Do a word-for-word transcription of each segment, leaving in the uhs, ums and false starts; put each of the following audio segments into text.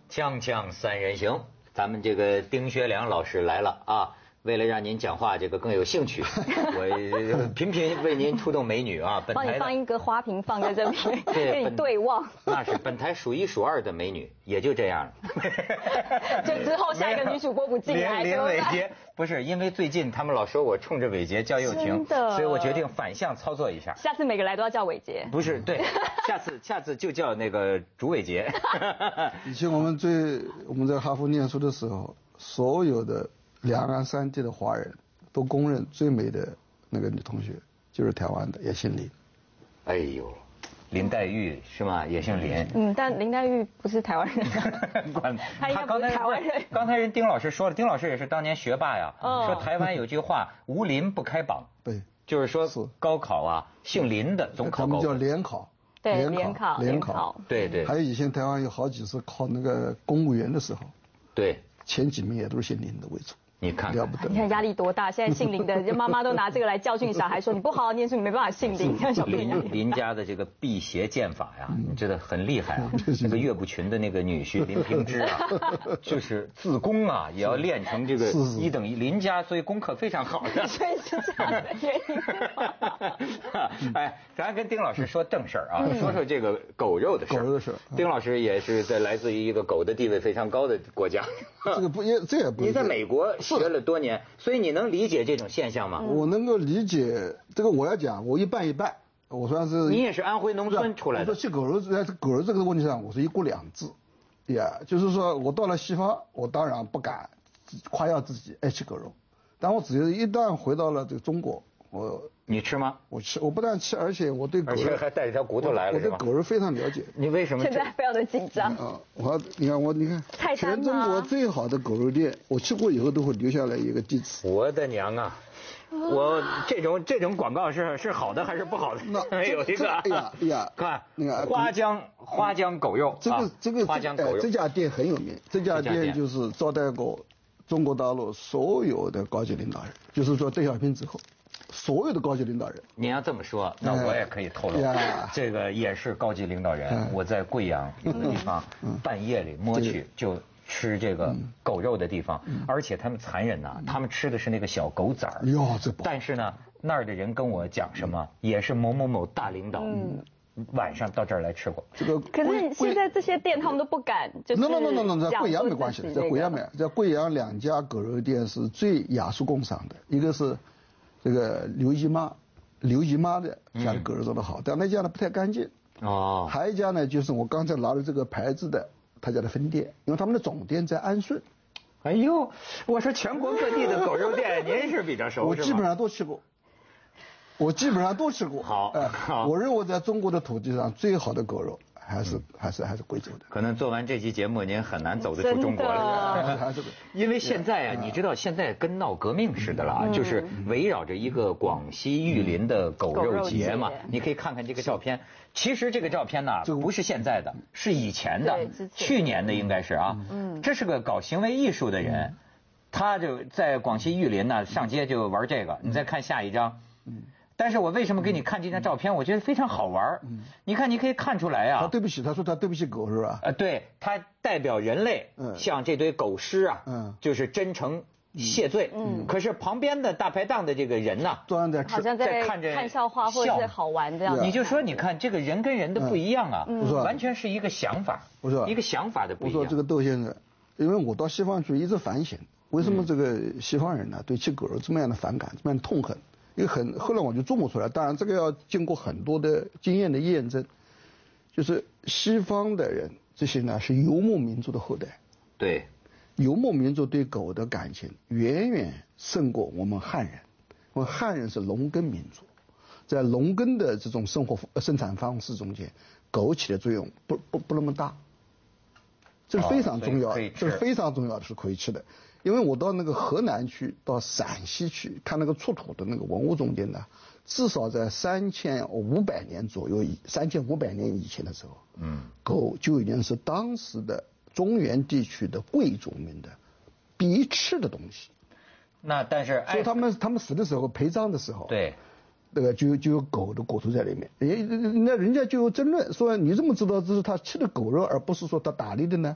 锵锵三人行，咱们这个丁学良老师来了啊！为了让您讲话这个更有兴趣，我频频为您出动美女啊！本台帮你放一个花瓶放在这边，跟你对望。 那是本台数一数二的美女，也就这样了。 就之后下一个女主播不进来， 林林伟杰不是因为最近他们老说我冲着伟杰叫又停，所以我决定反向操作一下。 下次每个来都要叫伟杰。 不是，对，下次下次就叫那个朱伟杰。 以前我们最我们在哈佛念书的时候，所有的两岸三地的华人都公认最美的那个女同学就是台湾的，也姓林。 哎呦，林黛玉是吗？也姓林。 嗯，但林黛玉不是台湾人。他应该不是台湾人。 刚才人丁老师说了，丁老师也是当年学霸呀。哦。说台湾有句话，无林不开榜。 对。 就是说高考啊，姓林的总考高。 他们叫联考。 对，联考。 联考。 对对。 还有以前台湾有好几次考那个公务员的时候。 对。 前几名也都是姓林的为主。 你看了不得， 你看压力多大！现在姓林的妈妈都拿这个来教训小孩，说你不好好念书，你没办法姓林。 林林家的这个辟邪剑法呀，你知道很厉害啊。那个岳不群的那个女婿林平之啊，就是自宫啊，也要练成这个一等一。林家所以功课非常好的。 所以是这样的原因。 哎，咱跟丁老师说正事儿啊，说说这个狗肉的事。 狗肉的事。 丁老师也是在来自于一个狗的地位非常高的国家。 这个不也这也不。 你在美国学了多年，所以你能理解这种现象吗？ 我能够理解这个，我要讲，我一半一半，我算是。 你也是安徽农村出来的。 我说去狗肉在狗肉这个问题上，我是一国两制，呀，就是说我到了西方，我当然不敢夸耀自己爱吃狗肉，但我只有一旦回到了这个中国，我。 你吃吗？ 我吃，我不但吃，而且我对狗肉， 而且还带着条骨头来了， 我对狗肉非常了解。 你为什么？ 现在非常的紧张。 啊，我你看我你看，全中国最好的狗肉店，我去过以后都会留下来一个地址。 我的娘啊！我这种这种广告是是好的还是不好的？ 那有一个， 哎呀哎呀， 看那个花江花江狗肉， 这个这个花江狗肉， 这家店很有名，这家店就是招待过中国大陆所有的高级领导人，就是说邓小平之后。所有的高级领导人， 你要这么说，那我也可以透露，这个也是高级领导人。我在贵阳有个地方，半夜里摸去就吃这个狗肉的地方，而且他们残忍呐，他们吃的是那个小狗崽儿。 哟，这但是呢，那儿的人跟我讲什么，也是某某某大领导。晚上到这儿来吃过， 这个可是现在这些店他们都不敢，就是 no no no no no， 在贵阳没关系，在贵阳没，在贵阳两家狗肉店是最雅俗共赏的，一个是。这个刘姨妈，刘姨妈的家的狗肉做得好，嗯、但那家呢不太干净。 哦。 还有一家呢，就是我刚才拿的这个牌子的，他家的分店，因为他们的总店在安顺。 哎呦，我说全国各地的狗肉店，您是比较熟我基本上都去过。我基本上都吃过。 好， 哎、 好。 我认为在中国的土地上最好的狗肉。还是、嗯、还是还是贵州的。 可能做完这期节目，您很难走得出中国了。因为现在啊，你知道现在跟闹革命似的了，嗯、就是围绕着一个广西玉林的狗肉节嘛。你可以看看这个照片。其实这个照片呢，不是现在的，是以前的，去年的应该是啊。嗯。这是个搞行为艺术的人，他就在广西玉林呢上街就玩这个。你再看下一张。嗯。但是我为什么给你看这张照片？我觉得非常好玩。嗯，你看，你可以看出来啊。 他对不起，他说他对不起狗是吧？ 呃，对，他代表人类，嗯，向这堆狗尸啊，嗯，就是真诚谢罪。嗯，可是旁边的大排档的这个人呢， 端在吃， 好像在看着看笑话或者是好玩这样。 你就说，你看这个人跟人的不一样啊， 嗯， 完全是一个想法， 不是一个想法的不一样。 我说这个窦先生，因为我到西方去一直反省，为什么这个西方人呢对吃狗肉这么样的反感，这么样的痛恨？一个很，后来我就琢磨出来，当然这个要经过很多的经验的验证，就是西方的人这些呢是游牧民族的后代， 对， 游牧民族对狗的感情远远胜过我们汉人，因为汉人是农耕民族，在农耕的这种生活生产方式中间，狗起的作用不不不那么大，这是非常重要的，哦、这是非常重要的，是可以吃的。因为我到那个河南去，到陕西去看那个出土的那个文物中间呢，至少在三千五百年左右以三千五百年以前的时候，嗯，狗就已经是当时的中原地区的贵族们的必吃的东西。 那但是， 所以他们他们死的时候陪葬的时候， 对， 那个就就有狗的骨头在里面，人那人家就有争论说，你怎么知道这是他吃的狗肉，而不是说他打猎的呢？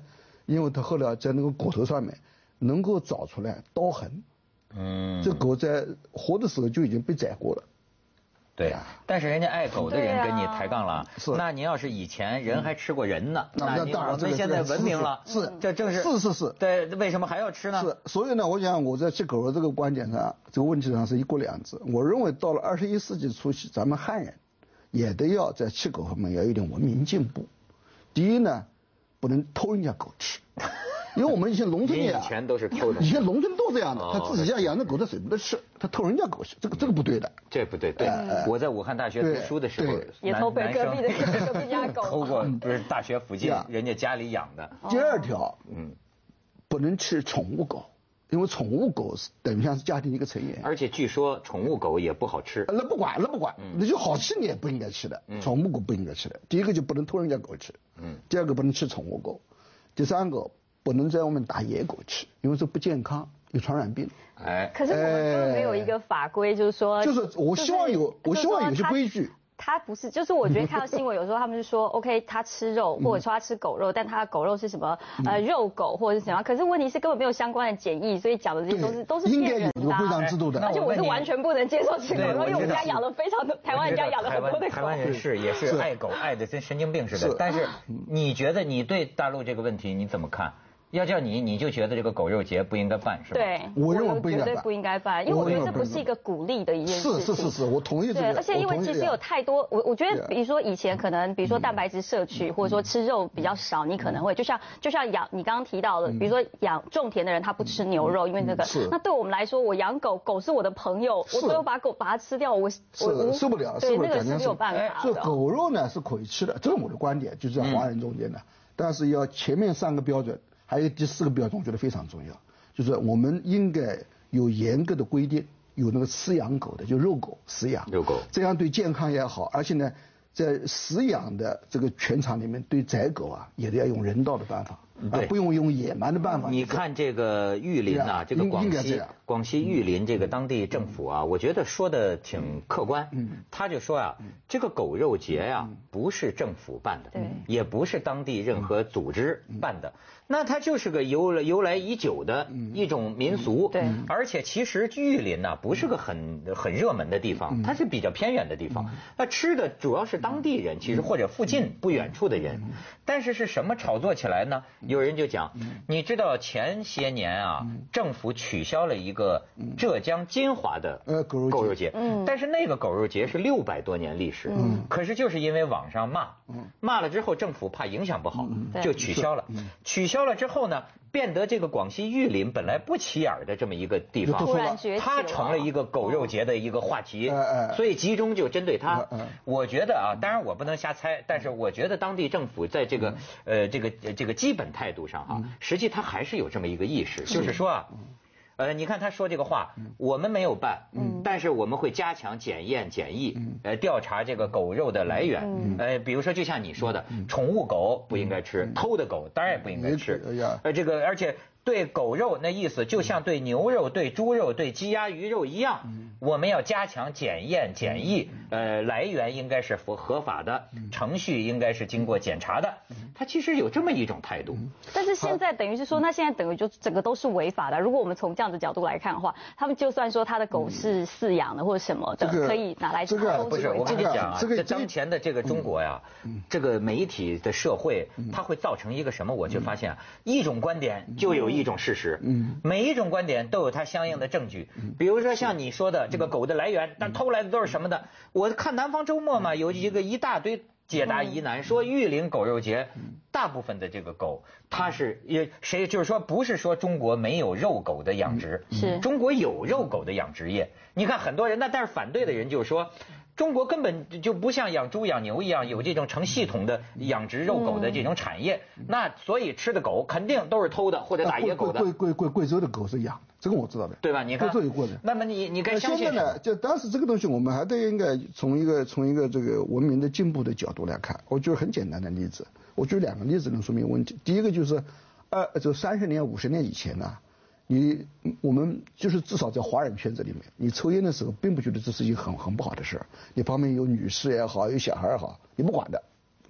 因为它后来在那个骨头上面能够找出来刀痕。 嗯， 这狗在活的时候就已经被宰过了。 对，但是人家爱狗的人跟你抬杠了， 是。 那您要是以前人还吃过人呢， 那那我们现在文明了， 是， 这正是是是是， 对，为什么还要吃呢？ 是，所以呢，我想我在吃狗肉这个观点上，这个问题上是一国两制。我认为到了二十一世纪初期，咱们汉人也得要在吃狗方面要有点文明进步。第一呢，不能偷人家狗吃。因为我们以前农村呀，以前都是偷的。 以前农村都这样的，他自己家养的狗，他舍不得吃，他偷人家狗吃，这个这个不对的。 这不对，对。我在武汉大学读书的时候， 也偷隔壁的隔壁家狗， 偷过，不是大学附近人家家里养的。 第二条，嗯，不能吃宠物狗，因为宠物狗是等于像是家庭一个成员。 而且据说宠物狗也不好吃。 那不管，那不管，那就好吃你也不应该吃的，宠物狗不应该吃的。第一个就不能偷人家狗吃，嗯，第二个不能吃宠物狗，第三个。不能在外面打野狗吃，因为这不健康，有传染病。 哎，可是我们根本没有一个法规，就是说， 就是我希望有，我希望有些规矩。 他不是，就是我觉得看到新闻，有时候他们就说 ，OK， 他吃肉，或者说他吃狗肉，但他的狗肉是什么呃肉狗或者是什么？可是问题是根本没有相关的检疫，所以讲的这些都是都是骗人的。 应该有规章制度的。 而且我是完全不能接受吃狗肉，因为我们家养了非常多，台湾人家养了很多的狗。 台湾人是也是爱狗爱的跟神经病似的。但是你觉得你对大陆这个问题你怎么看？要叫你，你就觉得这个狗肉节不应该办，是吧？ 对， 我认为不应该办， 绝对不应该办，因为我觉得这不是一个鼓励的一件事情。 是是是是，我同意这个。 对，而且因为其实有太多，我我觉得，比如说以前可能，比如说蛋白质摄取，或者说吃肉比较少，你可能会就像就像养你刚刚提到的，比如说养种田的人他不吃牛肉，因为那个。那对我们来说，我养狗，狗是我的朋友，我都把狗把它吃掉，我我受不了， 对，那个是没有办法的。所以狗肉呢是可以吃的，这是我的观点，就是在华人中间的，但是要前面三个标准。还有第四个标准，我觉得非常重要，就是我们应该有严格的规定，有那个饲养狗的，就肉狗饲养， 肉狗， 这样对健康也好，而且呢，在饲养的这个全场里面，对宰狗啊，也得要用人道的办法，而不用用野蛮的办法。 你看这个玉林啊，这个广西广西玉林这个当地政府啊，我觉得说的挺客观。嗯，他就说啊，这个狗肉节呀，不是政府办的，也不是当地任何组织办的。那它就是个由由来已久的一种民俗，对，而且其实玉林呐不是个很很热门的地方，它是比较偏远的地方，那吃的主要是当地人，其实或者附近不远处的人，但是是什么炒作起来呢？有人就讲，你知道前些年啊，政府取消了一个浙江金华的狗肉节，但是那个狗肉节是六百多年历史，可是就是因为网上骂，骂了之后政府怕影响不好，就取消了，取消。消了之后呢，变得这个广西玉林本来不起眼的这么一个地方，它成了一个狗肉节的一个话题，所以集中就针对它。我觉得啊，当然我不能瞎猜，但是我觉得当地政府在这个呃这个这个基本态度上哈，实际它还是有这么一个意识，就是说啊。呃，你看他说这个话，我们没有办，嗯，但是我们会加强检验检疫，呃，调查这个狗肉的来源，呃，比如说就像你说的，宠物狗不应该吃，偷的狗当然也不应该吃，呃，这个而且对狗肉那意思就像对牛肉、对猪肉、对鸡鸭鱼肉一样，我们要加强检验检疫，呃，来源应该是合合法的，程序应该是经过检查的，他其实有这么一种态度。 但是现在等于是说，那现在等于就整个都是违法的。如果我们从这样的角度来看的话，他们就算说他的狗是饲养的或者什么的，可以拿来这个不是我跟你讲啊，这当前的这个中国呀，这个媒体的社会，它会造成一个什么？我就发现啊，一种观点就有一种事实，每一种观点都有它相应的证据。比如说像你说的这个狗的来源，但偷来的都是什么的？我看南方周末嘛，有一个一大堆解答疑难，说玉林狗肉节大部分的这个狗，它是也谁就是说不是说中国没有肉狗的养殖，是中国有肉狗的养殖业。你看很多人，那但是反对的人就是说。中国根本就不像养猪养牛一样有这种成系统的养殖肉狗的这种产业，那所以吃的狗肯定都是偷的或者打野狗的。 贵贵贵贵州的狗是养的，这个我知道的， 对吧？你看， 贵州有过的。 那么你你该相信。 现在呢，就当时这个东西，我们还得应该从一个从一个这个文明的进步的角度来看。我举很简单的例子，我举两个例子能说明问题。第一个就是，二就三十年五十年以前呢、啊。你我们就是至少在华人圈子里面，你抽烟的时候并不觉得这是一个很很不好的事儿。你旁边有女士也好，有小孩也好，你不管的，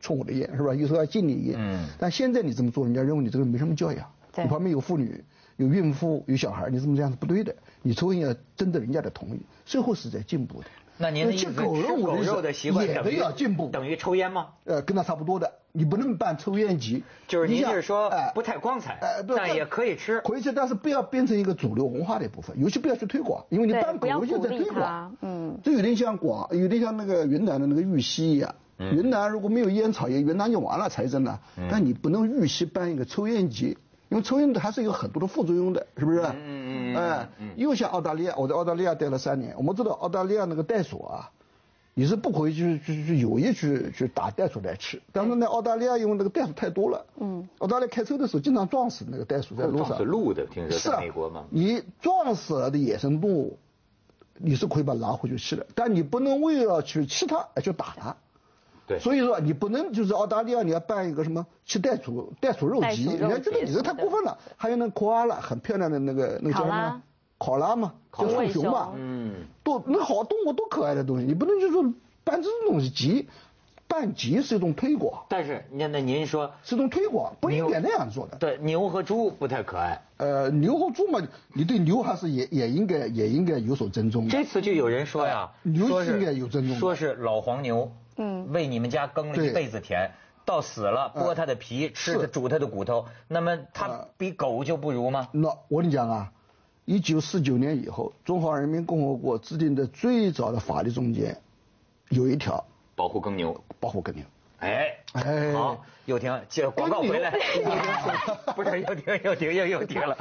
冲我的烟，是吧？有时候要禁你烟。嗯。但现在你这么做，人家认为你这个人没什么教养。对。你旁边有妇女、有孕妇、有小孩，你这么这样是不对的。你抽烟要征得人家的同意。社会是在进步的。 那您的意思，吃狗肉的习惯也得要进步， 等于抽烟吗？ 呃，跟他差不多的。你不能办抽烟节。 就是您是说不太光彩，呃，但也可以吃， 可以吃，但是不要变成一个主流文化的一部分，尤其不要去推广，因为你办狗肉就在推广。嗯。这有点像广，有点像那个云南的那个玉溪一样。嗯。云南如果没有烟草业，云南就完了财政了。嗯。但你不能玉溪办一个抽烟节。因为抽烟的还是有很多的副作用的，是不是？嗯嗯嗯。哎，又像澳大利亚，我在澳大利亚待了三年，我们知道澳大利亚那个袋鼠啊，你是不可以去去去有意去去打袋鼠来吃。但是呢，澳大利亚因为那个袋鼠太多了，嗯，澳大利亚开车的时候经常撞死那个袋鼠在路上。 撞死鹿的，听说在美国嘛。 你撞死了的野生动物，你是可以把它拿回去吃的，但你不能为了去吃它而去打它。 对， 所以说你不能就是澳大利亚你要办一个什么吃袋鼠袋鼠肉节，人家觉得你这太过分了。还有那考阿拉很漂亮的那个那个叫什么考拉嘛，叫树熊嘛，嗯，多那好动物多可爱的东西，你不能就说办这种东西节，办节是一种推广。 但是那那您说是一种推广，不应该那样做的。 对，牛和猪不太可爱。 呃，牛和猪嘛，你对牛还是也也应该也应该有所尊重的。 这次就有人说呀， 牛是应该有尊重， 说是老黄牛。嗯，为你们家耕了一辈子田，到死了剥它的皮，吃它煮它的骨头，那么它比狗就不如吗？ 那我跟你讲啊，一九四九年以后，中华人民共和国制定的最早的法律中间，有一条保护耕牛， 保护耕牛。 哎哎，好，又停，接广告回来，不是又停又停又又停了，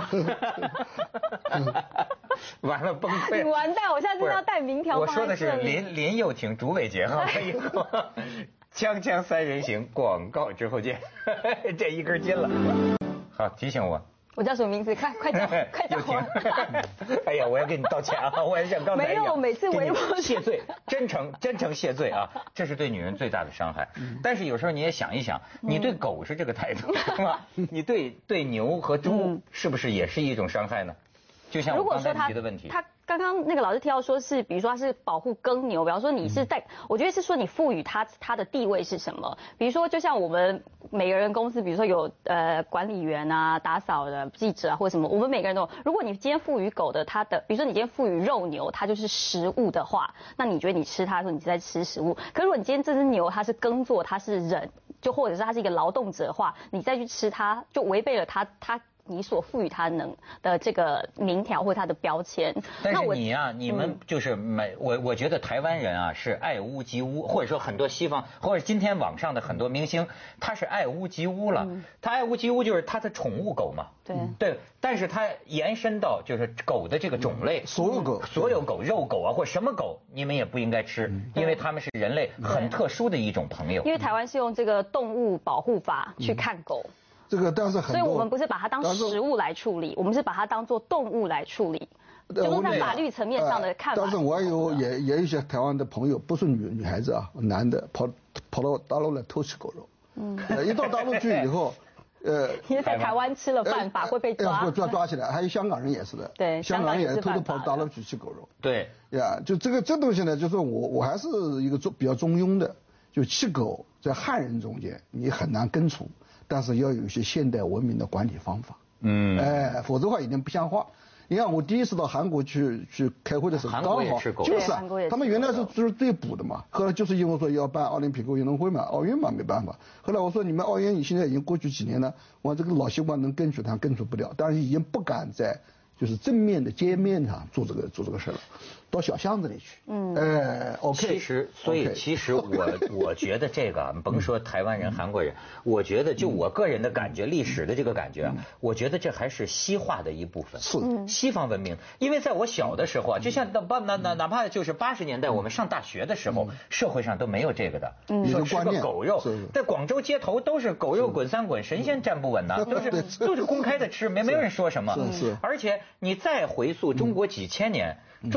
完了崩溃， 你完蛋，我现在真的要带名条。 我说的是林林又廷、朱伟杰哈，以后锵锵三人行，广告之后见，这一根筋了。好，提醒我。 我叫什么名字？快快讲，快讲！ 哎呀，我要给你道歉啊！我也像刚才一样， 没有，每次维护谢罪，真诚真诚谢罪啊！这是对女人最大的伤害。但是有时候你也想一想，你对狗是这个态度，是吧？你对对牛和猪是不是也是一种伤害呢？就像我刚才提的问题。 刚刚那个老师提到说是，比如说他是保护耕牛，比方说你是在，我觉得是说你赋予他他的地位是什么？比如说就像我们每个人公司，比如说有呃管理员啊、打扫的记者啊或者什么，我们每个人都有。如果你今天赋予狗的它的，比如说你今天赋予肉牛，它就是食物的话，那你觉得你吃它的时候你是在吃食物？可是如果你今天这只牛它是耕作，它是人，就或者是它是一个劳动者的话，你再去吃它，就违背了它它。你所赋予它能的这个名条或它的标签， 但是你啊，你们就是没我，我觉得台湾人啊是爱屋及乌，或者说很多西方或者今天网上的很多明星，他是爱屋及乌了。嗯、他爱屋及乌就是他的宠物狗嘛， 对对，但是他延伸到就是狗的这个种类， 所有狗， 所有狗，肉狗啊或什么狗，你们也不应该吃，嗯、因为他们是人类很特殊的一种朋友。 因为台湾是用这个动物保护法去看狗。嗯这个但是很多， 所以我们不是把它当食物来处理，我们是把它当做动物来处理，就是在法律层面上的看法。 但是我有也也有一些台湾的朋友，不是女女孩子啊，男的跑跑到大陆来偷吃狗肉，嗯，一到大陆去以后，呃， 因为在台湾吃了犯法会被抓， 会抓抓起来。还有香港人也是的， 对， 香港人也是偷偷跑到大陆去吃狗肉， 对， 呀，就这个这东西呢，就是我我还是一个中比较中庸的，就吃狗在汉人中间你很难根除。但是要有一些现代文明的管理方法，嗯，哎，否则的话有点不像话。你看我第一次到韩国去去开会的时候，刚好就是啊，他们原来是就是最补的嘛，后来就是因为说要办奥林匹克运动会嘛，奥运嘛没办法。后来我说你们奥运现在已经过去几年了，我这个老习惯能根除它根除不了，但是已经不敢在就是正面的街面上做这个做这个事了。到小巷子里去，嗯，哎 ，OK。 其实，所以其实我我觉得这个，甭说台湾人、韩国人，我觉得就我个人的感觉，历史的这个感觉啊，我觉得这还是西化的一部分， 是西方文明。因为在我小的时候啊，就像哪哪哪哪怕就是八十年代我们上大学的时候，社会上都没有这个的，说吃个狗肉，在广州街头都是狗肉滚三滚，神仙站不稳呐，都是都是公开的吃，没没有人说什么。 是是。 而且你再回溯中国几千年，中国人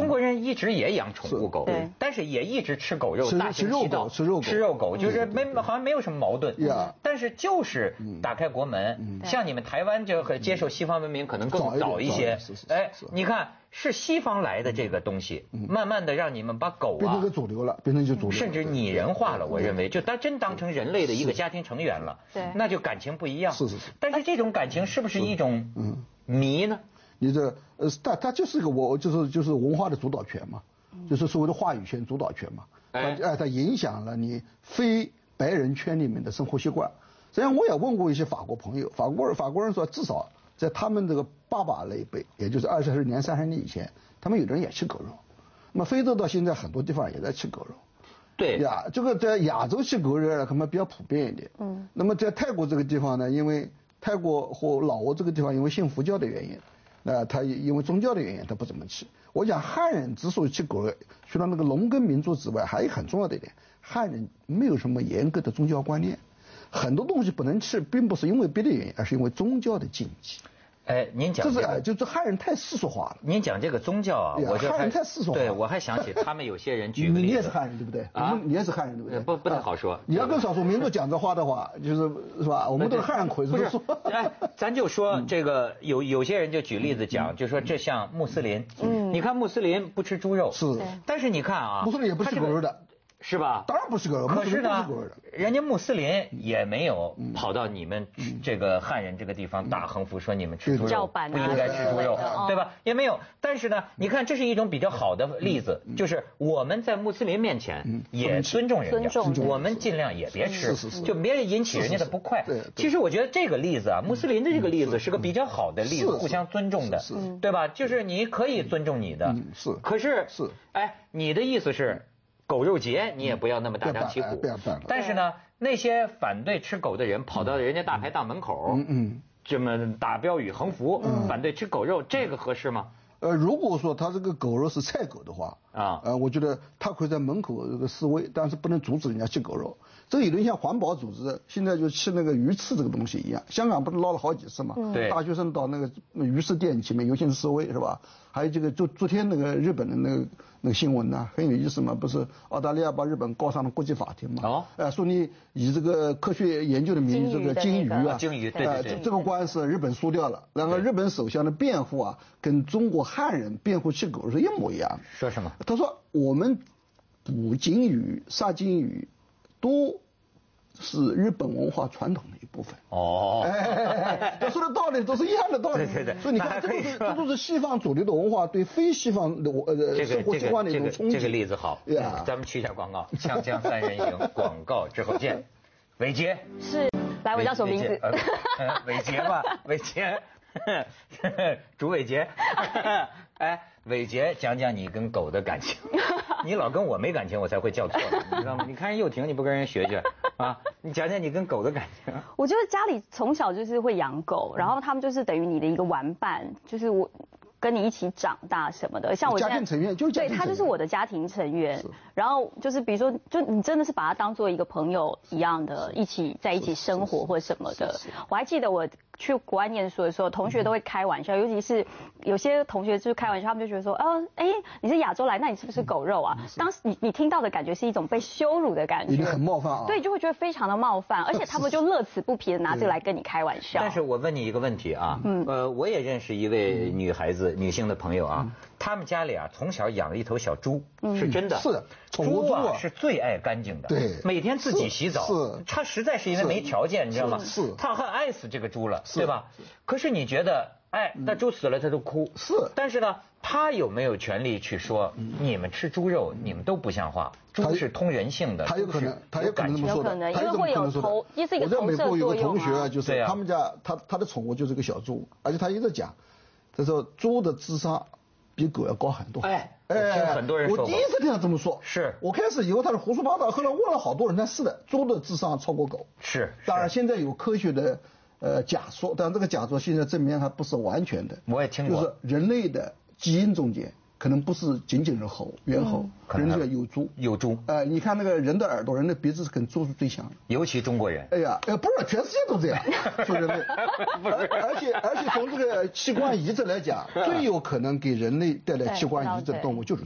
一直也养宠物狗，但是也一直吃狗肉，大行其道， 吃肉狗， 吃肉狗，就是没好像没有什么矛盾。但是就是打开国门，像你们台湾就接受西方文明可能更早一些。哎，你看是西方来的这个东西，慢慢的让你们把狗啊变成个主流了，变成就主流， 甚至拟人化了。我认为就他真当成人类的一个家庭成员了， 对， 那就感情不一样。 是是是。 但是这种感情是不是一种迷呢？ 你这呃，它它就是一个我就是就是文化的主导权嘛，就是所谓的话语权主导权嘛。哎，哎，它影响了你非白人圈里面的生活习惯。实际上我也问过一些法国朋友，法国人法国人说，至少在他们这个爸爸那一辈，也就是二十年、三十年以前，他们有的人也吃狗肉。那么非洲到现在很多地方也在吃狗肉。 对呀，这个在亚洲吃狗肉可能比较普遍一点。嗯。那么在泰国这个地方呢，因为泰国和老挝这个地方因为信佛教的原因。那他因为宗教的原因，他不怎么吃。我讲汉人之所以吃狗肉，除了那个农耕民族之外，还有很重要的一点，汉人没有什么严格的宗教观念，很多东西不能吃，并不是因为别的原因，而是因为宗教的禁忌。 哎，您讲这是就是汉人太世俗化了。 您讲这个宗教啊，我就汉人太世俗化。 对，我还想起他们有些人举个例子， 你也是汉人对不对？啊，你也是汉人对不对？ 不不太好说。 你要跟少数民族讲这话的话，就是是吧？我们都是汉人口不是说。哎，咱就说这个有有些人就举例子讲，就说这像穆斯林，嗯，你看穆斯林不吃猪肉， 是， 但是你看啊， 穆斯林也不吃狗肉的。 是吧？ 当然不是狗肉， 可是呢，人家穆斯林也没有跑到你们这个汉人这个地方大横幅说你们吃猪肉不应该吃猪肉，对吧？也没有。但是呢，你看这是一种比较好的例子，就是我们在穆斯林面前也尊重人家，我们尽量也别吃，就别引起人家的不快。其实我觉得这个例子啊，穆斯林的这个例子是个比较好的例子，互相尊重的，对吧？就是你可以尊重你的， 是。 可是是， 哎，你的意思是？狗肉节你也不要那么大张旗鼓，但是呢，那些反对吃狗的人跑到人家大排档门口，嗯嗯，这么打标语横幅，反对吃狗肉，这个合适吗？ 呃，如果说他这个狗肉是菜狗的话，啊，呃，我觉得他可以在门口这个示威，但是不能阻止人家吃狗肉。这个有点像环保组织现在就吃那个鱼翅这个东西一样，香港不是闹了好几次嘛？对，大学生到那个鱼翅店前面游行示威是吧？还有这个昨昨天那个日本的那个那个新闻呢、啊，很有意思嘛，不是澳大利亚把日本告上了国际法庭嘛？哦，哎、呃，说你以这个科学研究的名义，这个金鱼啊， 金鱼，对对对， 呃、这个官司日本输掉了，然后日本首相的辩护啊，跟中国汉人辩护吃狗是一模一样的。 说什么？ 他说我们捕金鱼、杀金鱼都是日本文化传统的一部分。哦，哎，他说的道理都是一样的道理。 对对对。 所以你看，这都是这都是西方主流的文化对非西方的呃生活习惯的一种冲击。 这个例子好，咱们去一下广告，锵锵三人行，广告之后见。伟杰是，来，我叫什么名字？ 伟杰吧，伟杰，朱伟杰。哎，伟杰，讲讲你跟狗的感情。你老跟我没感情，我才会叫错的，你知道吗？你看人幼婷，你不跟人学学啊？你讲讲你跟狗的感情。 我觉得家里从小就是会养狗，然后他们就是等于你的一个玩伴，就是我跟你一起长大什么的。像我现在家庭成员，就是家庭成员， 对，他就是我的家庭成员。然后就是比如说，就你真的是把他当做一个朋友一样的，一起在一起生活或什么的。我还记得我去国外念书的时候，同学都会开玩笑，尤其是有些同学就是开玩笑，他们就觉得说，哦，哎，你是亚洲来，那你是不是狗肉啊？当时你你听到的感觉是一种被羞辱的感觉， 你很冒犯啊。 对，就会觉得非常的冒犯，而且他们就乐此不疲的拿这个来跟你开玩笑。 但是我问你一个问题啊，嗯，呃，我也认识一位女孩子、女性的朋友啊，他们家里啊从小养了一头小猪，是真的， 是的，宠物猪啊是最爱干净的， 对， 每天自己洗澡， 是， 他实在是因为没条件，你知道吗？ 是， 他很爱死这个猪了，对吧？可是你觉得，哎，那猪死了他都哭， 是， 但是呢，他有没有权利去说你们吃猪肉，你们都不像话？猪是通人性的， 他有可能，他有可能这么说的， 因为会有投，也是一个投射作用啊。我在美国有个同学啊， 就是他们家他他的宠物就是个小猪，而且他一直讲，他说猪的智商比狗要高很多。 哎。哎，很多人说， 我第一次听他这么说， 是我开始以为他是胡说八道，后来问了好多人，但是的，猪的智商超过狗， 是。 当然现在有科学的呃假说，但这个假说现在证明还不是完全的。 我也听过， 就是人类的基因中间可能不是仅仅是猴猿猴，可能是有猪有猪。 呃，你看那个人的耳朵，人的鼻子是跟猪是最像的， 尤其中国人。 哎呀，呃，不是全世界都这样，说人类。而而且而且从这个器官移植来讲，最有可能给人类带来器官移植的动物就是猪。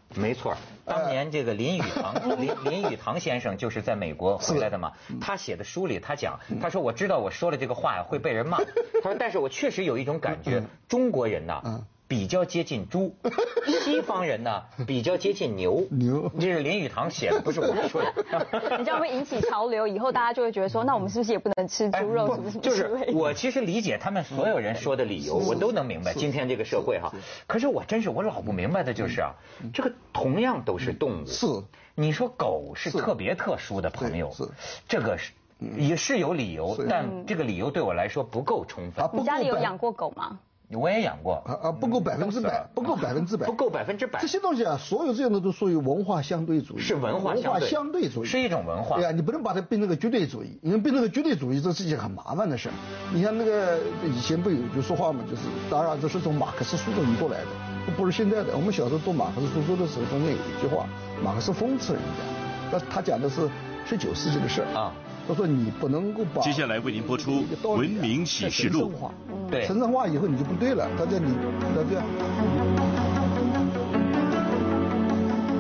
没错，当年这个林语堂林林语堂先生就是在美国回来的嘛，他写的书里他讲，他说我知道我说了这个话呀会被人骂，他说但是我确实有一种感觉，中国人呐比较接近猪，西方人呢比较接近牛。牛，这是林语堂写的，不是我说的。 你这样会引起潮流，以后大家就会觉得说，那我们是不是也不能吃猪肉？什么什么？ 就是我其实理解他们所有人说的理由，我都能明白。今天这个社会哈，可是我真是我老不明白的就是啊，这个同样都是动物， 是你说狗是特别特殊的朋友，是这个是也是有理由，但这个理由对我来说不够充分。 你家里有养过狗吗？ 我也养过啊啊，不够百分之百，不够百分之百， 不够百分之百。 这些东西啊，所有这样的都属于文化相对主义， 是文化相对主义， 是一种文化。 对呀，你不能把它变成个绝对主义，因为变成个绝对主义，这是一件很麻烦的事。你像那个以前不有句说话嘛，就是当然这是从马克思书中移过来的，不是现在的。我们小时候读马克思书说的时候，中间有一句话，马克思讽刺人家，那他讲的是十九世纪的事啊。他说你不能够把接下来为您播出《文明启示录》。 对，神圣化以后你就不对了，他叫你，对不对？